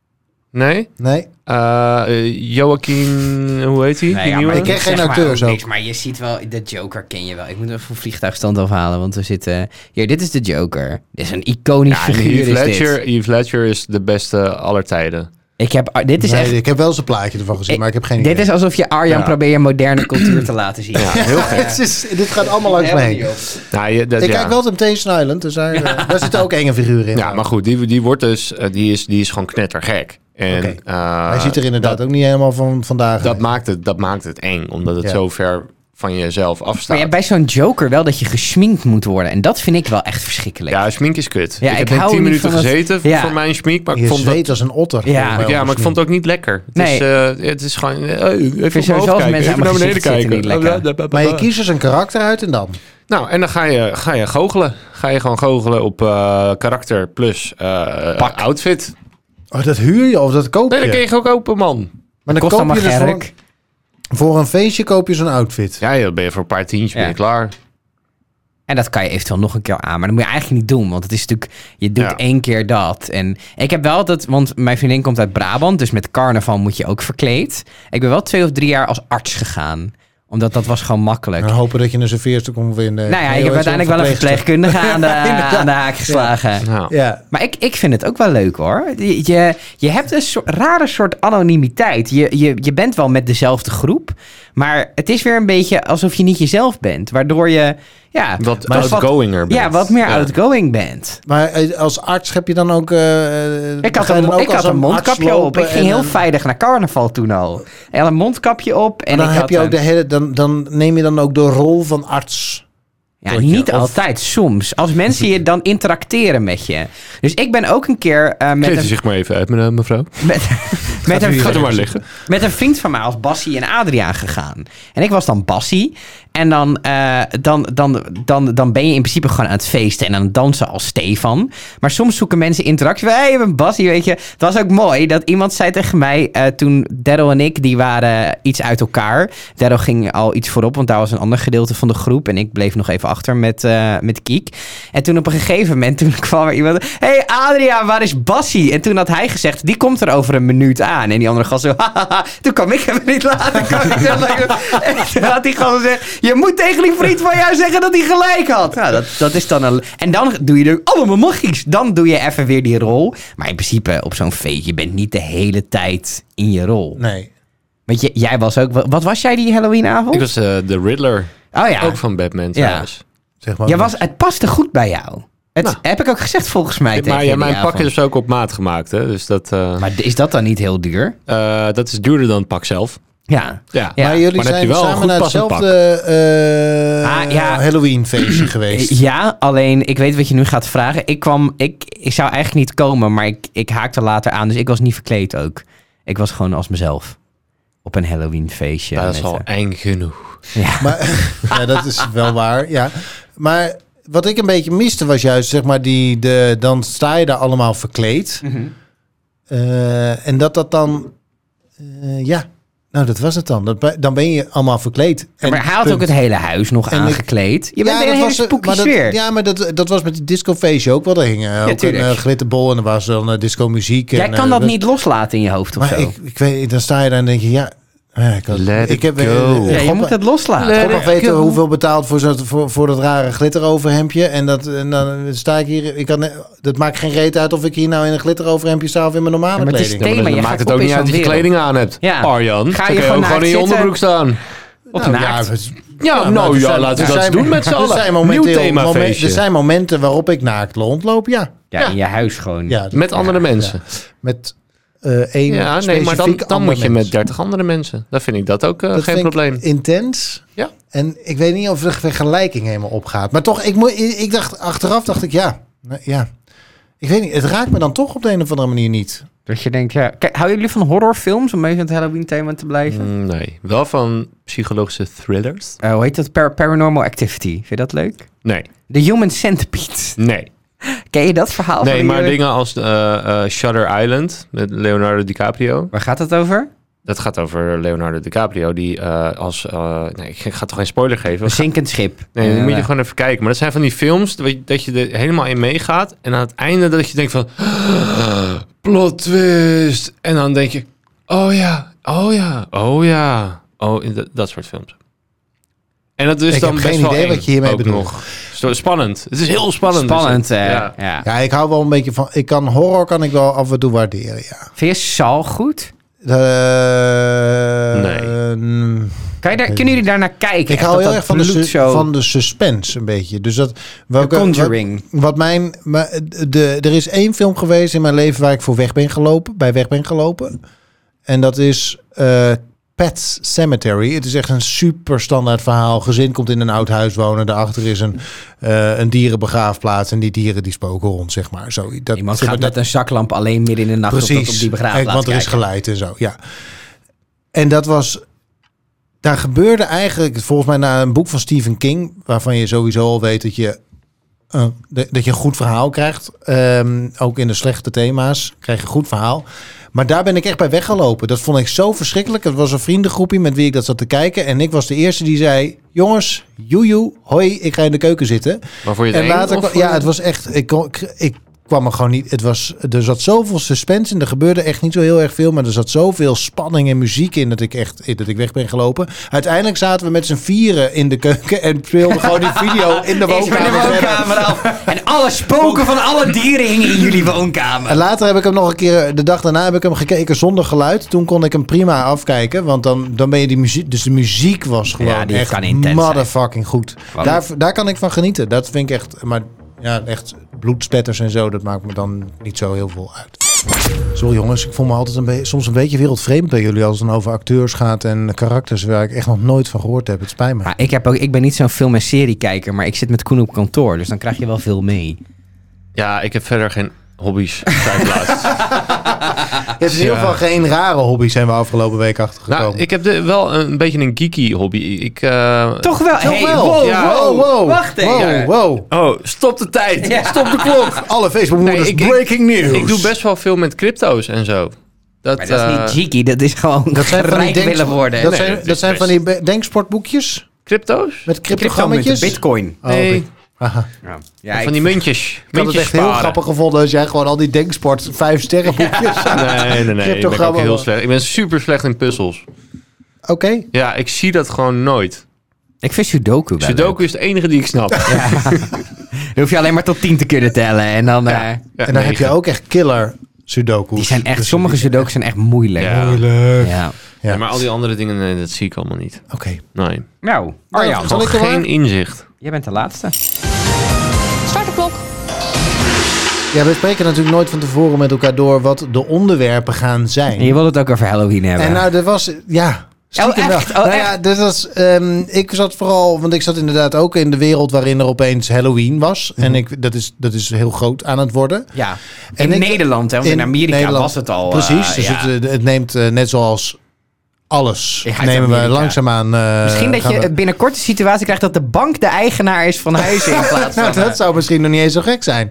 Nee? Nee. Eh eh, Joaquin... Hoe heet hij? Nee, Die ja, nieuwe? maar Ik ken zeg geen maar acteurs ook ook. niks, maar je ziet wel, de Joker ken je wel. Ik moet even een vliegtuigstand afhalen, want we zitten... Hier, dit is de Joker. Dit is een iconisch Ja, en figuur, Heath is Ledger, dit. Heath Ledger is de beste aller tijden. Ik heb, ah, dit is Nee, echt... ik heb wel eens een plaatje ervan gezien, maar ik heb geen Dit idee. is alsof je Arjan Ja. probeert je moderne cultuur te laten zien. Ja, heel gek. Het is, dit gaat allemaal langs me heen. Nou, je, dat, Ik ja. kijk wel Temptation Island, dus daar, eh, daar zitten ook enge figuren in. Ja, maar goed, die, die wordt dus... eh, die, is, die is gewoon knettergek. En, Oké. eh, Hij ziet er inderdaad dat, ook niet helemaal van vandaag dat uit. maakt het, dat maakt het eng, omdat het Ja. zo ver van jezelf Maar afstaat. je hebt bij zo'n Joker wel dat je gesminkt moet worden. En dat vind ik wel echt verschrikkelijk. Ja, schmink is kut. Ja, ik ik heb net hou tien niet minuten van het- gezeten Ja. voor mijn schmink, maar ik Je vond dat... zweet als een otter. Ja. Gewoon bij Ja, ons maar ik vond het ook niet lekker. Het, Nee. is, eh, het is gewoon... eh, even vind omhoog sowieso als kijken, mensen even aan naar mijn beneden gezicht zitten kijken. niet lekker. Maar je kiest dus een karakter uit en dan? Nou, en dan ga je, ga je goochelen. Ga je gewoon goochelen op eh, karakter plus eh, Pak. outfit. Oh, dat huur je of dat koop je? Nee, dat kun je gewoon kopen, man. Maar dan Kost koop allemaal je dus voor, gerk. voor een feestje koop je zo'n outfit. Ja, dan ben je voor een paar tientjes ben je Ja. klaar. En dat kan je eventueel nog een keer aan. Maar dat moet je eigenlijk niet doen. Want het is natuurlijk... Je doet Ja. één keer dat. En ik heb wel dat... Want mijn vriendin komt uit Brabant. Dus met carnaval moet je ook verkleed. Ik ben wel twee of drie jaar als arts gegaan. Omdat dat was gewoon makkelijk. En hopen dat je een serveerster kon vinden. Nou ja, Nee, ik heb hoor, uiteindelijk zo'n wel een verpleegkundige aan de, aan de haak geslagen. Nou, Ja. Maar ik, ik vind het ook wel leuk hoor. Je, je, je hebt een soort, rare soort anonimiteit. Je, je, je bent wel met dezelfde groep. Maar het is weer een beetje alsof je niet jezelf bent. Waardoor je ja, wat dus outgoinger bent. ja, wat meer Ja. outgoing bent. Maar eh, als arts heb je dan ook... Uh, Ik had een, ik had een mondkapje op. Ik ging heel veilig naar carnaval toen al. En had een mondkapje op. En En dan ik heb had je ook een- de hele... Dan, dan neem je dan ook de rol van arts. Ja, Tot je, niet of- altijd. Soms. Als mensen je dan interacteren met je. Dus ik ben ook een keer uh, met, Kleed u een, zich maar even uit, me- mevrouw. met, met, een, Ga er maar liggen. met een vriend van mij als Bassie en Adriaan gegaan. En ik was dan Bassie. En dan, uh, dan, dan, dan, dan ben je in principe gewoon aan het feesten en aan het dansen als Stefan. Maar soms zoeken mensen interactie. Hé, hey, je bent Bassie, weet je. Het was ook mooi dat iemand zei tegen mij... Uh, toen Daryl en ik, die waren iets uit elkaar. Daryl ging al iets voorop, want daar was een ander gedeelte van de groep. En ik bleef nog even achter met, uh, met Kiek. En toen op een gegeven moment toen kwam er iemand... Hé, hey, Adriaan, waar is Bassie? En toen had hij gezegd, die komt er over een minuut aan. En die andere gast zo... Hahaha, toen kwam ik hem niet laten. Kwam ik zo, en toen had die gast gezegd... Je moet tegen die vriend van jou zeggen dat hij gelijk had. Nou, dat, dat is dan een... En dan doe je er allemaal magisch. Dan doe je even weer die rol. Maar in principe op zo'n feest, je bent niet de hele tijd in je rol. Nee. Want je, jij was ook... Wat was jij die Halloweenavond? Ik was uh, de Riddler. Oh ja. Ook van Batman trouwens. Zeg maar. Jij was, het paste goed bij jou. Het Nou. heb ik ook gezegd volgens mij tegen Maar je ja, die mijn pak avond. is dus ook op maat gemaakt. Hè? Dus dat, uh, Maar is dat dan niet heel duur? uh, dat is duurder dan het pak zelf. Ja. Ja. Ja. Maar jullie Maar dan heb zijn je wel een samen goed naar passend hetzelfde uh, Ah, ja. Halloween feestje geweest. Ja, alleen ik weet wat je nu gaat vragen. Ik kwam, ik, ik zou eigenlijk niet komen, maar ik, ik haakte later aan. Dus ik was niet verkleed ook. Ik was gewoon als mezelf. Op een Halloween feestje. Dat is met, al uh, eng genoeg. ja. Maar, ja, dat is wel waar. Ja. Maar wat ik een beetje miste was juist, zeg maar, die, de, dan sta je daar allemaal verkleed. Mm-hmm. Uh, en dat dat dan... Uh, ja, nou dat was het dan. Dat, dan ben je allemaal verkleed. En Maar hij had punt. ook het hele huis nog En ik- aangekleed. Je bent Ja, in een dat hele was, spooky maar dat, sfeer. ja, maar dat, dat was met die discofeestje ook wel. Er hing uh, ook een tuurlijk. uh, glitterbol en er was dan uh, disco muziek. Jij en, kan uh, dat we- niet loslaten in je hoofd of Maar zo. ik, ik weet, dan sta je daar en denk je, ja... ja ik, had, Let ik it heb go. uh, ja, je God, moet het loslaten. Let God mag it weten go. hoeveel betaald voor, zo, voor, voor dat rare glitteroverhemdje. En, dat, en dan sta ik hier... Ik kan, dat maakt geen reet uit of ik hier nou in een glitteroverhemdje sta of in mijn normale Ja, maar het is kleding. thema, Ja, maar je dan gaat maakt het op ook in niet uit zo'n dat je wereld. kleding aan hebt. Ja. Arjan, Ga dan je kan je gewoon ook gewoon in je naakt onderbroek staan. Of Nou, naakt. ja, het- Ja, maar nou er ja, zijn- laten we er dat zijn- doen met z'n Er allen. zijn, Nieuw momenteel, themafeestje. momen- er zijn momenten waarop ik naakt rondloop, ja. Ja, in je huis gewoon. ja Met andere mensen. Met uh, één Ja, nee, maar dan, specifiek dan ander moet je mens. met dertig andere mensen. Dan vind ik dat ook uh, Dat geen vind ik probleem. intens. Ja. En ik weet niet of de vergelijking helemaal opgaat. Maar toch, ik, moet, ik dacht, achteraf dacht ik, ja, nou, ja. Ik weet niet, het raakt me dan toch op de een of andere manier niet. Dat je denkt, ja. Kijk, houden jullie van horrorfilms om even in het Halloween thema te blijven? Mm, nee, wel van psychologische thrillers. Uh, hoe heet dat? Par- Paranormal Activity. Vind je dat leuk? Nee, The Human Centipede. nee. Ken je dat verhaal? Nee, van maar die- dingen als uh, uh, Shutter Island met Leonardo DiCaprio. Waar gaat het over? Dat gaat over Leonardo DiCaprio die uh, als... Uh, nee, ik ga toch geen spoiler geven. Een zinkend schip. Nee, dan Uh, moet je gewoon even kijken. Maar dat zijn van die films dat je, dat je er helemaal in meegaat. En aan het einde dat je denkt van... Plot twist. En dan denk je... Oh ja, oh ja, oh ja. Oh, dat, dat soort films. En dat is Ik dan heb best geen wel idee eng wat je hiermee ook bedoelt. nog. Zo spannend. Het is heel spannend. Spannend, dus, eh, ja. ja. Ja, ik hou wel een beetje van... Ik kan horror kan ik wel af en toe waarderen, ja. Vind je Saw goed? Uh, Nee. mm, Kan je daar, kunnen jullie daar naar kijken? ik Echt hou dat heel dat erg van de, bloed su- zo... van de suspense een beetje. Dus dat... The Welke, Conjuring. Wat, wat mijn... Maar de, er is één film geweest in mijn leven waar ik voor weg ben gelopen. Bij weg ben gelopen. En dat is... Uh, Pet Cemetery. Het is echt een super standaard verhaal. Gezin komt in een oud huis wonen. Daarachter is een, uh, een dierenbegraafplaats. En die dieren die spoken rond, zeg maar. Zo, dat, Iemand zeg maar, gaat met een zaklamp alleen midden in de nacht op, dat, op die begraafplaats want er is kijken. geleid en zo, ja. En dat was... Daar gebeurde eigenlijk, volgens mij na een boek van Stephen King... waarvan je sowieso al weet dat je... Uh, de, dat je een goed verhaal krijgt. Um, ook in de slechte thema's krijg je een goed verhaal. Maar daar ben ik echt bij weggelopen. Dat vond ik zo verschrikkelijk. Het was een vriendengroepje met wie ik dat zat te kijken. En ik was de eerste die zei... Jongens, joejoe, hoi, ik ga in de keuken zitten. Maar voor je het En eng, later, of kwam- voor ja, je- het was echt... Ik, kon, ik, kwam er gewoon niet. Het was, er zat zoveel suspense in. Er gebeurde echt niet zo heel erg veel. Maar er zat zoveel spanning en muziek in dat ik echt dat ik weg ben gelopen. Uiteindelijk zaten we met z'n vieren in de keuken en speelden gewoon die video in de Ik ben woonkamer. de woonkamer af. En alle spoken van alle dieren hingen in jullie woonkamer. En later heb ik hem nog een keer, de dag daarna heb ik hem gekeken zonder geluid. Toen kon ik hem prima afkijken. Want dan, dan ben je die muziek. Dus de muziek was gewoon Ja, die echt kan intens zijn. motherfucking goed. Wat? Daar, daar kan ik van genieten. Dat vind ik echt. Maar ja, echt bloedspetters en zo. Dat maakt me dan niet zo heel veel uit. Sorry jongens, ik voel me altijd een be- soms een beetje wereldvreemd bij jullie als het dan over acteurs gaat en karakters waar ik echt nog nooit van gehoord heb. Het spijt me. Maar ik, heb ook, ik ben niet zo'n film- en seriekijker, maar ik zit met Koen op kantoor. Dus dan krijg je wel veel mee. Ja, ik heb verder geen hobby's. Tijdplaats. Het is in ieder geval geen rare hobby zijn we afgelopen week achtergekomen. Nou, ik heb de, wel een beetje een geeky hobby. Ik, uh... Toch wel? Toch Hey, wel? wow, Ja. wow, wow, wacht wow, even. wow. Oh, stop de tijd. Ja. Stop de klok. Alle Facebook-moeders, Nee, ik- ik- breaking news. Ik doe best wel veel met crypto's en zo. Dat, Maar dat is eh, niet cheeky, dat is gewoon Dat zijn van die rijk denk- willen worden. Dat Nee, zijn, dat dat is zijn best- van die be- denksportboekjes Crypto's? met Cryptomunten, cryptogrammetjes. bitcoin. Oh, Nee. oké. Aha. Ja, ja van ik- die muntjes. Ik had het Muntjes echt heel sparen. grappig gevonden als jij gewoon al die denksport vijf sterren boekjes. Nee, nee, nee. Ik ben ook Cryptogrammen. heel slecht. Ik ben super slecht in puzzels. Oké. Ja, ik zie dat gewoon nooit. ik vind Sudoku wel Sudoku is de enige die ik snap. leuk. Ja. Dan hoef je alleen maar tot tien te kunnen tellen. En dan... eh, Ja, En dan negen. heb je ook echt killer sudoku's. die zijn echt, Dus sommige die- Sudoku zijn echt moeilijk. Ja. Moeilijk. Ja. Ja. Ja, maar al die andere dingen, nee, dat zie ik allemaal niet. Oké. Nee. Nou, Arjan, zal ik er Geen maar? inzicht. jij bent de laatste. Start de klok. Ja, we spreken natuurlijk nooit van tevoren met elkaar door wat de onderwerpen gaan zijn. En je wil het ook over Halloween hebben. En nou, dat was, ja... stiekem Oh, echt? wel. Oh, nou ja, echt? dat was, ehm, ik zat vooral, want ik zat inderdaad ook in de wereld waarin er opeens Halloween was. Mhm. En ik, dat, is, dat is heel groot aan het worden. Ja, En in ik- Nederland, hè, want in, in Amerika Nederland- was het al... Precies, eh, dus ja. het, eh, het neemt eh, net zoals alles, Ja, uit nemen we Amerika. langzaamaan... eh, Misschien dat gaan je we- binnenkort de situatie krijgt dat de bank de eigenaar is van huizen in plaats van... Nou, dat zou misschien nog niet eens zo gek zijn.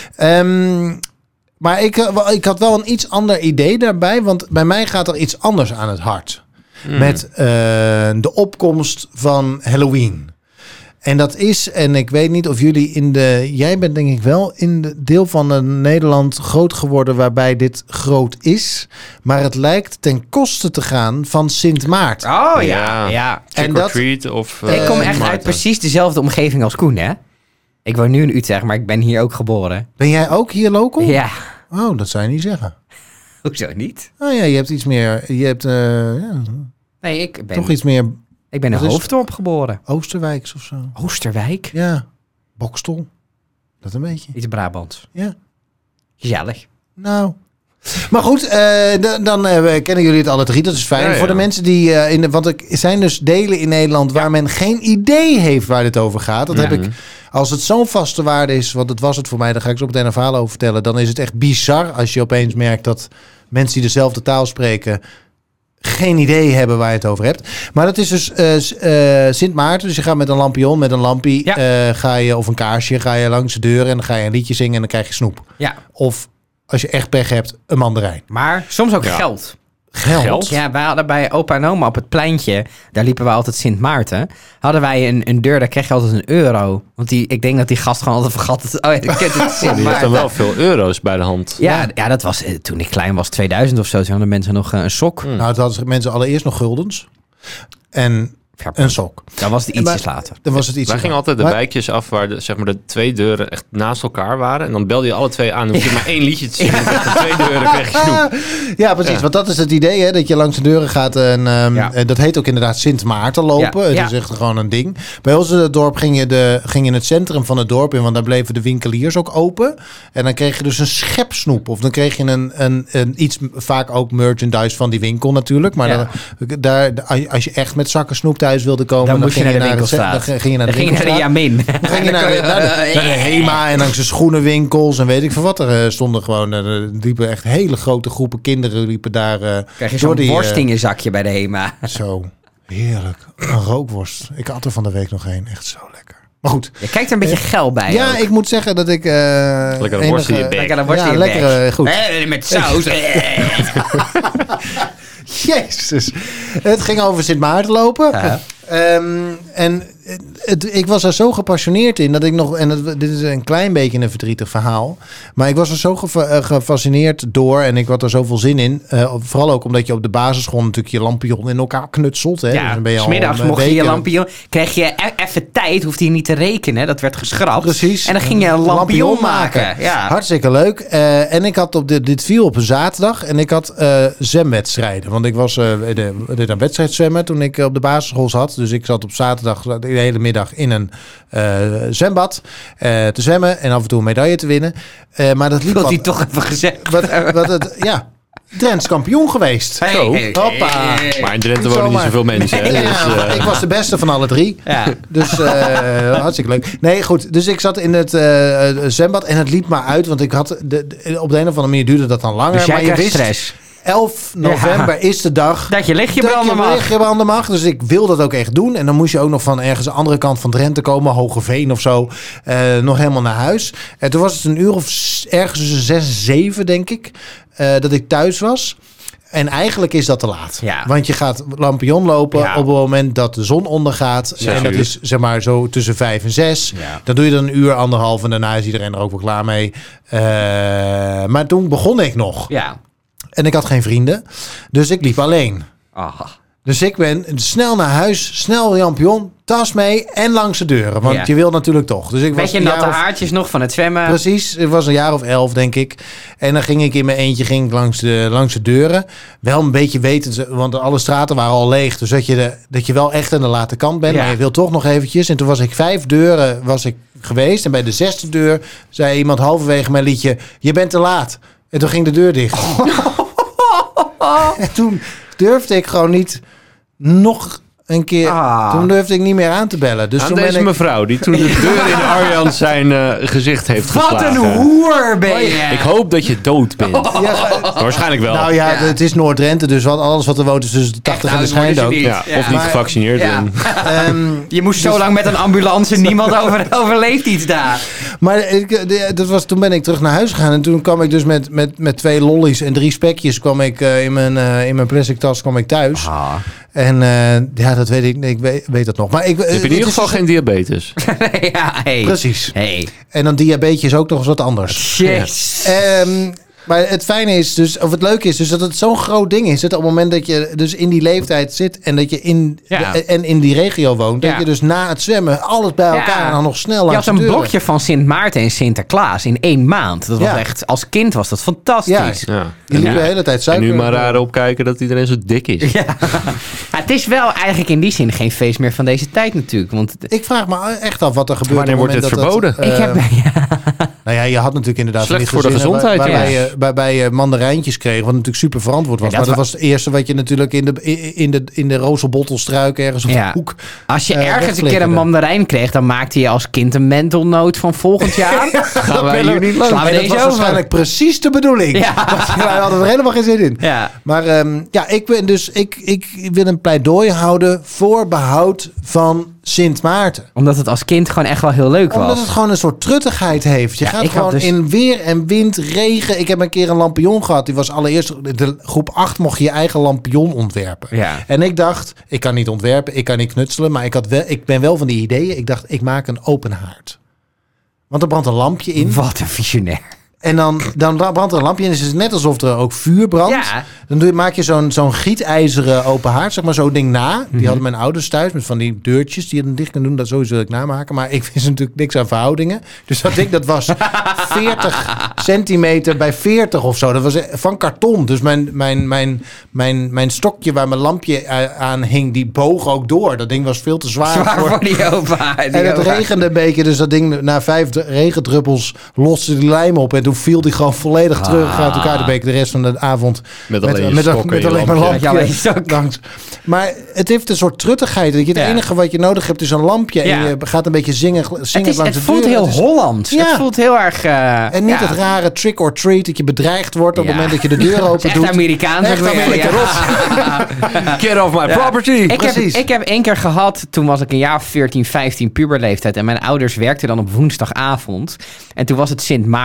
Ehm, maar ik, eh, wel- ik had wel een iets ander idee daarbij. Want bij mij gaat er iets anders aan het hart. Met eh, de opkomst van Halloween. En dat is, en ik weet niet of jullie in de... Jij bent denk ik wel in de deel van eh, Nederland groot geworden waarbij dit groot is. Maar het lijkt ten koste te gaan van Sint Maarten. Oh ja, ja. Trick En or dat- treat of... ik eh, kom echt Maarten. uit precies dezelfde omgeving als Koen, hè? Ik woon nu in Utrecht, maar ik ben hier ook geboren. Ben jij ook hier local? Ja, Oh, dat zou je niet zeggen. hoezo niet? Oh ja, je hebt iets meer... Je hebt eh, ja, Nee, ik ben, toch iets meer ik ben in Wat is- Hoofddorp geboren. Oosterwijks of zo. Oosterwijk? Ja, Bokstel. Dat een beetje. Iets Brabants. Ja, Gezellig. nou. Maar goed, eh, d- dan eh, kennen jullie het alle drie. Dat is fijn. Ja, ja. Voor de mensen die... eh, in de, want er zijn dus delen in Nederland waar men geen idee heeft waar dit over gaat. Dat Ja. heb ik... Als het zo'n vaste waarde is, want het was het voor mij, daar ga ik zo meteen een verhaal over vertellen. Dan is het echt bizar als je opeens merkt dat mensen die dezelfde taal spreken geen idee hebben waar je het over hebt. Maar dat is dus eh, s- eh, Sint Maarten. Dus je gaat met een lampion, met een lampie, Ja. eh, ga je, of een kaarsje, ga je langs de deur en dan ga je een liedje zingen en dan krijg je snoep. Ja, Of als je echt pech hebt, een mandarijn. maar soms ook Ja. geld. Geld. Geld? Ja, wij hadden bij opa en oma op het pleintje, daar liepen we altijd Sint Maarten. Hadden wij een, een deur, daar kreeg je altijd een euro. Want die, ik denk dat die gast gewoon altijd vergat het. Oh ja, ik ken het Sint Die heeft Maarten. dan wel veel euro's bij de hand. Ja, ja, dat was eh, toen ik klein was, tweeduizend of zo. Toen hadden mensen nog eh, een sok. Hmm. Nou, het hadden mensen allereerst nog guldens en Fair een sok. Dan was het En ietsjes maar- later. Dan was het iets. Wij gingen altijd de Maar- wijkjes af waar de, zeg maar, de twee deuren echt naast elkaar waren. En dan belde je alle twee aan. Dan hoef je maar één liedje te zingen. En de twee deuren kreeg je snoep. Ja, precies. Ja. Want dat is het idee, hè, dat je langs de deuren gaat. En, ehm, Ja. en dat heet ook inderdaad Sint Maarten lopen. Ja, Het ja. is echt gewoon een ding. Bij ons in het dorp ging je, de, ging je in het centrum van het dorp in, want daar bleven de winkeliers ook open. En dan kreeg je dus een schepsnoep. Of dan kreeg je een, een, een iets, vaak ook merchandise van die winkel natuurlijk. Maar Ja. dan, daar, als je echt met zakken snoep thuis wilde komen, Dan moest je ging naar de het ce- winkelstraat. Dan ging je naar de Dan ging je naar de winkelstraat. Jamin. Dan ging je naar de, naar de, naar de Hema en langs de schoenenwinkels en weet ik veel wat. Er eh, stonden gewoon, eh, er liepen echt hele grote groepen kinderen liepen daar. eh, Krijg je door zo'n die, eh, worst in je zakje bij de Hema. Zo, heerlijk. Een rookworst. Ik had er van de week nog een. Echt zo lekker. Maar goed. Je kijkt er een beetje geil bij. Ja, ook. ik moet zeggen dat ik... eh Lekkere enige- worst in je bek. Lekker een worst Ja, in je lekker, bek. eh, goed. Eh, met saus. Jezus. Het ging over Sint Maarten lopen. Ja. Ehm, en het, ik was er zo gepassioneerd in dat ik nog... En het, dit is een klein beetje een verdrietig verhaal. Maar ik was er zo geva- gefascineerd door. En ik had er zoveel zin in. Uh, vooral ook omdat je op de basisschool natuurlijk je lampion in elkaar knutselt. Hè? Ja, dus dan ben je al smiddags een mocht je week- je lampion... Kreeg je e- even tijd, hoefde je niet te rekenen. Dat werd geschrapt. Precies. En dan ging je een lampion maken. Ja. Hartstikke leuk. Uh, en ik had op dit, dit viel op een zaterdag. En ik had uh, zwemwedstrijden. Want ik was uh, de, de, de wedstrijd zwemmen toen ik op de basisschool zat. Dus ik zat op zaterdag de hele middag in een uh, zwembad uh, te zwemmen. En af en toe een medaille te winnen. Uh, maar dat liep Dat wat, hij toch even gezegd. wat, wat het, ja, Drents kampioen geweest. Hey, Zo. hey, Hoppa. hey, hey. Maar in Drenthe Niet wonen niet zomaar. zoveel mensen. Hè? Ja, Dus, uh, ik was de beste van alle drie. Ja. Dus uh, hartstikke leuk. Nee, goed. Dus ik zat in het uh, zwembad en het liep maar uit. Want ik had de, de, op de een of andere manier duurde dat dan langer. Dus jij maar je krijgt wist, stress. elf november is de dag Dat je lichtje dat branden je mag. lichtje branden mag. Dus ik wil dat ook echt doen. En dan moest je ook nog van ergens de andere kant van Drenthe komen. Hogeveen of zo. Uh, nog helemaal naar huis. En toen was het een uur of s- ergens tussen zes en zeven, denk ik. Uh, dat ik thuis was. En eigenlijk is dat te laat. Ja. Want je gaat lampion lopen Ja. op het moment dat de zon ondergaat. Zes en dat uur. is zeg maar zo tussen vijf en zes. Ja. Dan doe je dan een uur, anderhalf. En daarna is iedereen er ook wel klaar mee. Uh, maar toen begon ik nog. Ja. En ik had geen vrienden. Dus ik liep alleen. Ah. Dus ik ben snel naar huis, snel lampion, tas mee en langs de deuren. Want Ja. je wil natuurlijk toch. Dus ik was Beetje een natte jaar of, haartjes nog van het zwemmen. Precies, het was een jaar of elf, denk ik. En dan ging ik in mijn eentje ging ik langs, de, langs de deuren. Wel een beetje weten, want alle straten waren al leeg. Dus dat je, de, dat je wel echt aan de late kant bent. Ja. Maar je wil toch nog eventjes. En toen was ik vijf deuren was ik geweest. En bij de zesde deur zei iemand halverwege mijn liedje, je bent te laat. En toen ging de deur dicht. En toen durfde ik gewoon niet nog een keer... Ah. Toen durfde ik niet meer aan te bellen. Dus aan toen deze ben ik... mevrouw die toen de deur in Arjan zijn uh, gezicht heeft Wat geslagen. een hoer ben je. Ik hoop dat je dood bent. Ja, Waarschijnlijk wel. nou ja, Ja. het is Noord-Drenthe, dus wat, alles wat er woont is tussen de tachtig en de nou, dan schijndood. worden ze ja, of Ja. niet Maar- gevaccineerd. Ja. En, Ehm, Je moest zo lang met een ambulance. Niemand over, overleeft iets daar. maar ik, de- dat was, toen ben ik terug naar huis gegaan. En toen kwam ik dus met, met, met twee lollies en drie spekjes kwam ik, uh, in, mijn, uh, in mijn plastic tas kwam ik thuis. Ah. En uh, ja, dat weet ik. Nee, ik weet, weet dat nog. Maar ik, je hebt in ieder geval geen diabetes. Ja, hey. Precies. Hey. En dan diabetes is ook nog eens wat anders. Jeez. Ehm, maar het fijne is dus, of het leuke is dus dat het zo'n groot ding is. Dat op het moment dat je dus in die leeftijd zit en dat je in, Ja. de- en in die regio woont. Dat Ja. je dus na het zwemmen alles bij elkaar Ja. en dan nog snel Je langs had de een deuren. blokje van Sint Maarten en Sinterklaas in één maand. Dat was Ja. echt, als kind was dat fantastisch. Ja. Ja. Je liep En, de hele tijd en suiker. nu maar raar opkijken dat iedereen zo dik is. Ja. Maar het is wel eigenlijk in die zin geen feest meer van deze tijd natuurlijk. Want het- Ik vraag me echt af wat er gebeurt. Wanneer op het wordt moment dit dat dat, ik eh, heb... Ja. Nou ja, je had natuurlijk inderdaad Slecht van die voor de gezinnen gezondheid, waar- ja. waarbij, je, waarbij je mandarijntjes kreeg, wat natuurlijk super verantwoord was. Ja, dat maar dat wa- was het eerste wat je natuurlijk in de, in de, in de rozenbottelstruik ergens op Ja. de hoek. Als je Eh, ergens een keer een wegflikkerde. mandarijn kreeg, dan maakte je als kind een mentalnoot van volgend jaar. Gaan wij hier niet Slaan we En dat deze was over? waarschijnlijk precies de bedoeling. Ja. Wij hadden er helemaal geen zin in. Ja. Maar ehm, ja, ik ben dus ik, ik wil een pleidooi houden voor behoud van Sint Maarten. Omdat het als kind gewoon echt wel heel leuk Omdat was. het gewoon een soort truttigheid heeft. Je Ja, gaat ik had gewoon dus- in weer en wind, regen. Ik heb een keer een lampion gehad. Die was allereerst... De groep acht mocht je je eigen lampion ontwerpen. Ja. En ik dacht, ik kan niet ontwerpen, ik kan niet knutselen. Maar ik, had wel, ik ben wel van die ideeën. Ik dacht, ik maak een open haard. Want er brandt een lampje in. Wat een visionair. En dan, dan brandt er een lampje in. Dus het is net alsof er ook vuur brandt. Ja. Dan doe je, maak je zo'n zo'n gietijzeren open haard, zeg maar zo'n ding na. Die Mhm. hadden mijn ouders thuis met van die deurtjes die je dan dicht kan doen. Dat sowieso wil ik namaken. Maar ik wist natuurlijk niks aan verhoudingen. Dus dat ding dat was veertig centimeter bij veertig of zo. Dat was van karton. Dus mijn, mijn, mijn, mijn, mijn stokje waar mijn lampje eh, aan hing, die boog ook door. Dat ding was veel te zwaar, Zwaar voor... voor die opa. die En het opa. regende een beetje, dus dat ding na vijf d- regendruppels loste die lijm op. En toen viel die gewoon volledig terug uit elkaar. De beker de rest van de avond Met alleen je met, stok en met je alleen maar lampje. lampje. Met alleen stok. Langs. Maar het heeft een soort truttigheid. Dat je het Ja. enige wat je nodig hebt is een lampje. Ja. En je gaat een beetje zingen, Het, zingen is, langs het de voelt deuren. heel Het is- Hollands. Ja. Het voelt heel erg... eh, En niet ja. het rare trick or treat dat je bedreigd wordt op het Ja. moment dat je de deur Het is open echt doet. Amerikaans. Echt ook weer, Amerikaans. ja. Get off my property! Ik heb, Precies. ik heb één keer gehad, toen was ik een jaar of veertien, vijftien puberleeftijd. En mijn ouders werkten dan op woensdagavond. En toen was het Sint Maarten. En wij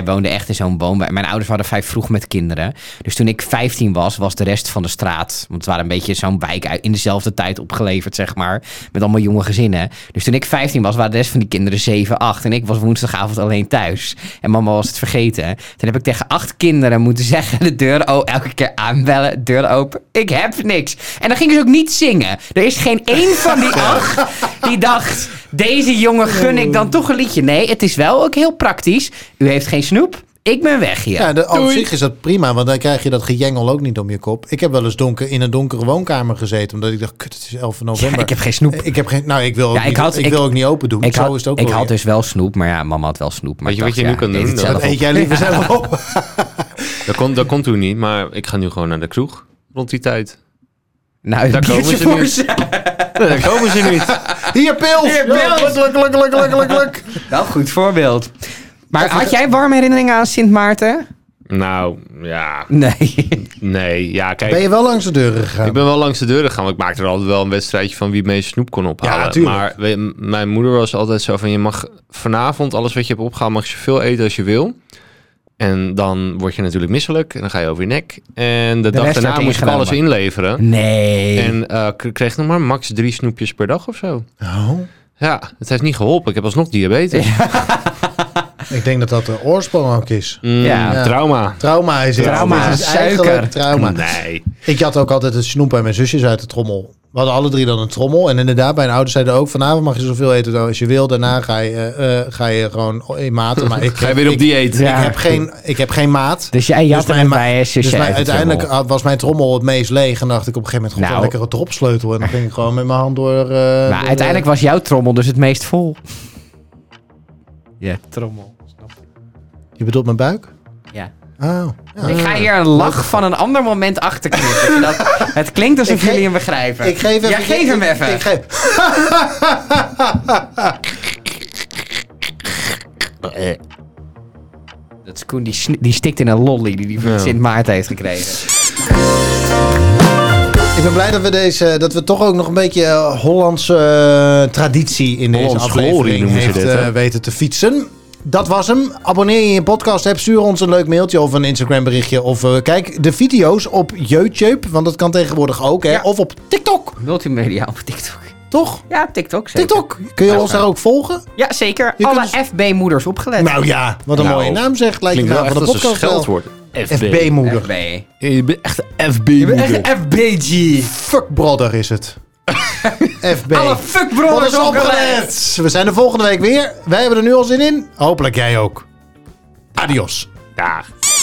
wij woonden echt in zo'n woonwijk. Mijn ouders waren vrij vroeg met kinderen. Dus toen ik vijftien was, was de rest van de straat... want het waren een beetje zo'n wijk uit, in dezelfde tijd opgeleverd, zeg maar. Met allemaal jonge gezinnen. Dus toen ik vijftien was, waren de rest van die kinderen zeven, acht. En ik was woensdagavond alleen thuis. En mama was het vergeten. Toen heb ik tegen acht kinderen moeten zeggen... de deur oh, elke keer aanbellen, deur open. Ik heb niks. En dan gingen ze ook niet zingen. Er is geen één van die acht die dacht... deze jongen gun ik dan toch een liedje. Nee, het is wel ook heel praktisch. U heeft geen snoep. Ik ben weg hier. Ja, de, op Doei. zich is dat prima, want dan krijg je dat gejengel ook niet om je kop. Ik heb wel eens donker in een donkere woonkamer gezeten, omdat ik dacht, kut, het is elf november. Ja, ik heb geen snoep. Ik heb geen, nou, ik wil ook, Ja, ik niet, had- ik ik- wil ook niet open doen. Ik Zo had, is het ook ik wel had weer. dus wel snoep, maar ja, mama had wel snoep. Maar Weet je ik wat je dacht, nu ja, kan eet doen? het zelf Dat eet op. jij liever zelf op. Dat kon, dat kon toen niet, maar ik ga nu gewoon naar de kroeg rond die tijd. Nou, Daar een komen biertje ze voor niet. ze. Daar komen ze niet. Hier, pils! Hier, Ja, pils! Luk, luk, luk, luk, luk, luk. Wel goed voorbeeld. Maar had jij warme herinneringen aan Sint Maarten? Nou, ja, Nee. nee. Ja, kijk. Ben je wel langs de deuren gegaan? Ik ben wel langs de deuren gegaan, want ik maakte er altijd wel een wedstrijdje van wie het meeste snoep kon ophalen. Ja, tuurlijk. Maar we- m- mijn moeder was altijd zo van, je mag vanavond alles wat je hebt opgehaald, mag je zoveel eten als je wil. En dan word je natuurlijk misselijk en dan ga je over je nek. En de, dag rest daarna werd moest ik ingenomen. alles inleveren. Nee. En eh, k- kreeg ik nog maar max drie snoepjes per dag of zo. Oh, Ja, het heeft niet geholpen. Ik heb alsnog diabetes. ik denk dat dat de oorsprong ook is. Mm, Ja. Trauma. Trauma is het. Trauma, Het is suiker. eigenlijk trauma. Nee. Ik had ook altijd het snoep bij mijn zusjes uit de trommel. We hadden alle drie dan een trommel. En inderdaad, mijn ouders zeiden ook... vanavond mag je zoveel eten als je wil. Daarna ga je, eh, eh, ga je gewoon in maten. Maar ik, Ga je weer op ik, dieet? Ja. Ik heb geen, ik heb geen maat. Dus jij Dus had mijn hem ma- bij je zusje Dus mijn, uit het uiteindelijk trommel. was mijn trommel het meest leeg. En dacht ik op een gegeven moment... God, Nou. een lekkere dropsleutel. En dan ging ik gewoon met mijn hand door... eh, Maar door, uiteindelijk was jouw trommel dus het meest vol. Ja, trommel. Snap je? eh, Je bedoelt mijn buik? Ja. Oh. Ja. Ik ga hier een lach van een ander moment achterknippen. zodat het klinkt alsof Ik ge- jullie hem begrijpen. Ik geef even... Ja, geef hem ik- even. Ik geef... Dat is Koen, die, sn- die stikt in een lolly die hij van Ja. Sint Maarten heeft gekregen. Ik ben blij dat we deze, dat we toch ook nog een beetje eh, Hollandse eh, traditie in deze Hollands glorie aflevering noemen ze heeft dit, hè? eh, weten te fietsen. Dat was hem. Abonneer je in je podcast hebt. Stuur ons een leuk mailtje of een Instagram berichtje. Of eh, kijk de video's op YouTube. Want dat kan tegenwoordig ook. Hè? Ja. Of op TikTok. Multimedia op TikTok. Toch? Ja, TikTok zeker. TikTok. Kun je ons daar ook volgen? Ja, zeker. Je Alle kunt F B-moeders opgelet. Nou ja, wat een Nou, mooie naam zeg. Lijkt de Klinkt wel naam echt van de als een podcast wel. scheldwoord. F B. F B-moeder. F B. Je bent echt een F B Je bent echt moeder. een F B G. Fuck brother is het. F B. Alle fuckbrothers Wat is opgelet. opgelet. We zijn er volgende week weer. Wij hebben er nu al zin in. Hopelijk jij ook. Adios. Dag.